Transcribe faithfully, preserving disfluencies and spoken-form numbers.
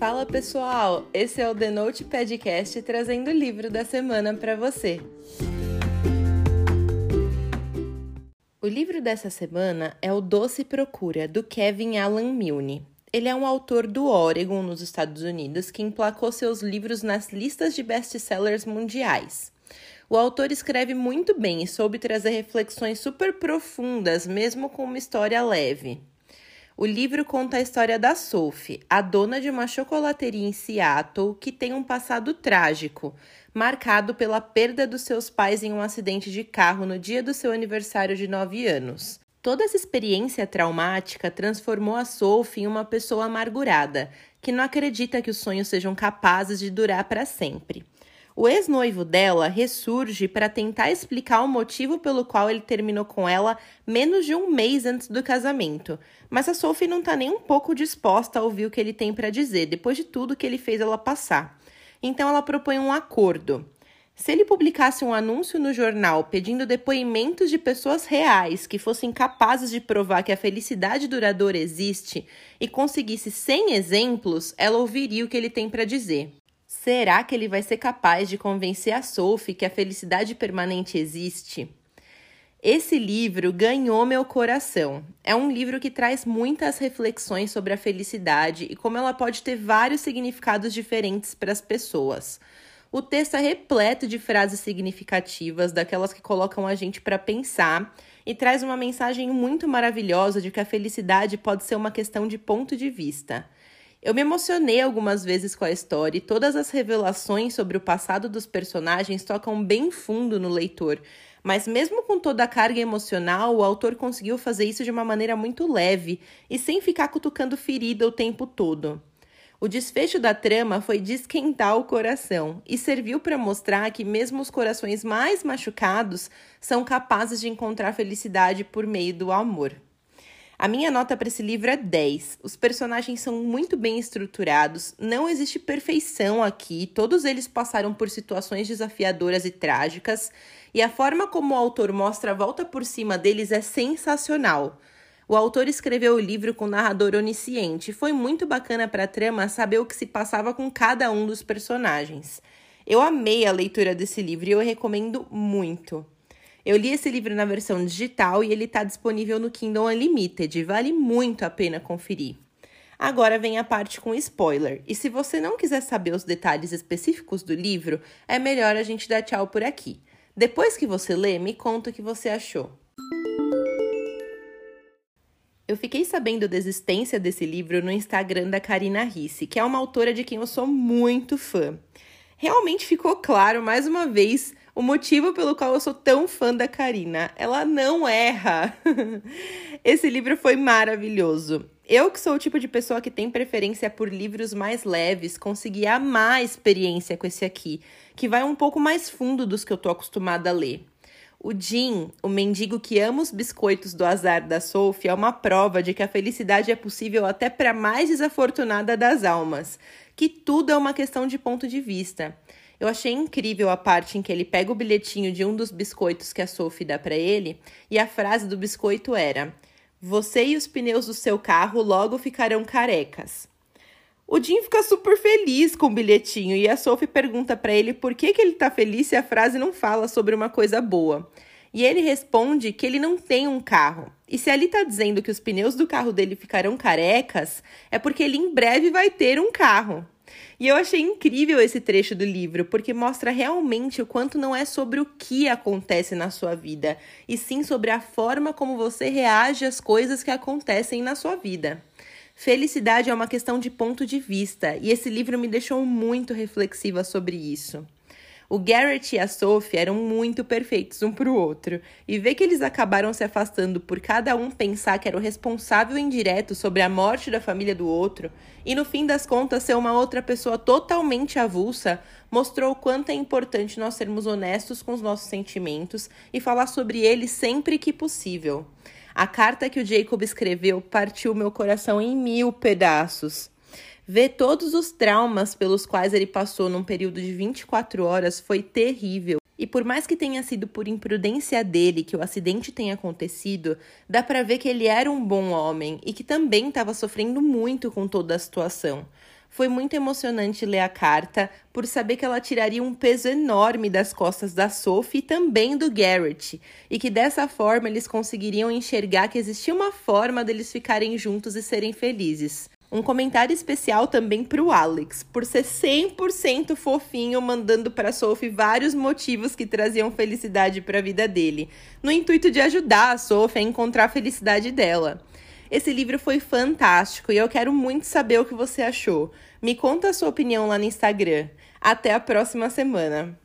Fala pessoal, esse é o The Note Podcast trazendo o livro da semana para você. O livro dessa semana é O Doce Procura, do Kevin Allen Milne. Ele é um autor do Oregon, nos Estados Unidos, que emplacou seus livros nas listas de best-sellers mundiais. O autor escreve muito bem e soube trazer reflexões super profundas, mesmo com uma história leve. O livro conta a história da Sophie, a dona de uma chocolateria em Seattle que tem um passado trágico, marcado pela perda dos seus pais em um acidente de carro no dia do seu aniversário de nove anos. Toda essa experiência traumática transformou a Sophie em uma pessoa amargurada, que não acredita que os sonhos sejam capazes de durar para sempre. O ex-noivo dela ressurge para tentar explicar o motivo pelo qual ele terminou com ela menos de um mês antes do casamento. Mas a Sophie não está nem um pouco disposta a ouvir o que ele tem para dizer, depois de tudo que ele fez ela passar. Então ela propõe um acordo. Se ele publicasse um anúncio no jornal pedindo depoimentos de pessoas reais que fossem capazes de provar que a felicidade duradoura existe e conseguisse cem exemplos, ela ouviria o que ele tem para dizer. Será que ele vai ser capaz de convencer a Sophie que a felicidade permanente existe? Esse livro ganhou meu coração. É um livro que traz muitas reflexões sobre a felicidade e como ela pode ter vários significados diferentes para as pessoas. O texto é repleto de frases significativas, daquelas que colocam a gente para pensar, e traz uma mensagem muito maravilhosa de que a felicidade pode ser uma questão de ponto de vista. Eu me emocionei algumas vezes com a história e todas as revelações sobre o passado dos personagens tocam bem fundo no leitor, mas mesmo com toda a carga emocional, o autor conseguiu fazer isso de uma maneira muito leve e sem ficar cutucando ferida o tempo todo. O desfecho da trama foi de esquentar o coração e serviu para mostrar que mesmo os corações mais machucados são capazes de encontrar felicidade por meio do amor. A minha nota para esse livro é dez. Os personagens são muito bem estruturados, não existe perfeição aqui, todos eles passaram por situações desafiadoras e trágicas, e a forma como o autor mostra a volta por cima deles é sensacional. O autor escreveu o livro com um narrador onisciente, foi muito bacana para a trama saber o que se passava com cada um dos personagens. Eu amei a leitura desse livro e eu recomendo muito. Eu li esse livro na versão digital e ele está disponível no Kindle Unlimited, vale muito a pena conferir. Agora vem a parte com spoiler, e se você não quiser saber os detalhes específicos do livro, é melhor a gente dar tchau por aqui. Depois que você lê, me conta o que você achou. Eu fiquei sabendo da existência desse livro no Instagram da Karina Risse, que é uma autora de quem eu sou muito fã. Realmente ficou claro, mais uma vez, o motivo pelo qual eu sou tão fã da Karina. Ela não erra. Esse livro foi maravilhoso. Eu, que sou o tipo de pessoa que tem preferência por livros mais leves, consegui amar a experiência com esse aqui, que vai um pouco mais fundo dos que eu tô acostumada a ler. O Jim, o mendigo que ama os biscoitos do azar da Sophie, é uma prova de que a felicidade é possível até para a mais desafortunada das almas, que tudo é uma questão de ponto de vista. Eu achei incrível a parte em que ele pega o bilhetinho de um dos biscoitos que a Sophie dá para ele e a frase do biscoito era: "Você e os pneus do seu carro logo ficarão carecas." O Jim fica super feliz com o bilhetinho e a Sophie pergunta para ele por que, que ele tá feliz se a frase não fala sobre uma coisa boa. E ele responde que ele não tem um carro. E se ali tá dizendo que os pneus do carro dele ficarão carecas, é porque ele em breve vai ter um carro. E eu achei incrível esse trecho do livro, porque mostra realmente o quanto não é sobre o que acontece na sua vida, e sim sobre a forma como você reage às coisas que acontecem na sua vida. Felicidade é uma questão de ponto de vista, e esse livro me deixou muito reflexiva sobre isso. O Garrett e a Sophie eram muito perfeitos um para o outro, e ver que eles acabaram se afastando por cada um pensar que era o responsável indireto sobre a morte da família do outro, e no fim das contas ser uma outra pessoa totalmente avulsa, mostrou o quanto é importante nós sermos honestos com os nossos sentimentos e falar sobre eles sempre que possível. A carta que o Jacob escreveu partiu meu coração em mil pedaços. Ver todos os traumas pelos quais ele passou num período de vinte e quatro horas foi terrível. E por mais que tenha sido por imprudência dele que o acidente tenha acontecido, dá pra ver que ele era um bom homem e que também estava sofrendo muito com toda a situação. Foi muito emocionante ler a carta, por saber que ela tiraria um peso enorme das costas da Sophie e também do Garrett, e que dessa forma eles conseguiriam enxergar que existia uma forma deles ficarem juntos e serem felizes. Um comentário especial também para o Alex, por ser cem por cento fofinho, mandando para Sophie vários motivos que traziam felicidade para a vida dele, no intuito de ajudar a Sophie a encontrar a felicidade dela. Esse livro foi fantástico e eu quero muito saber o que você achou. Me conta a sua opinião lá no Instagram. Até a próxima semana!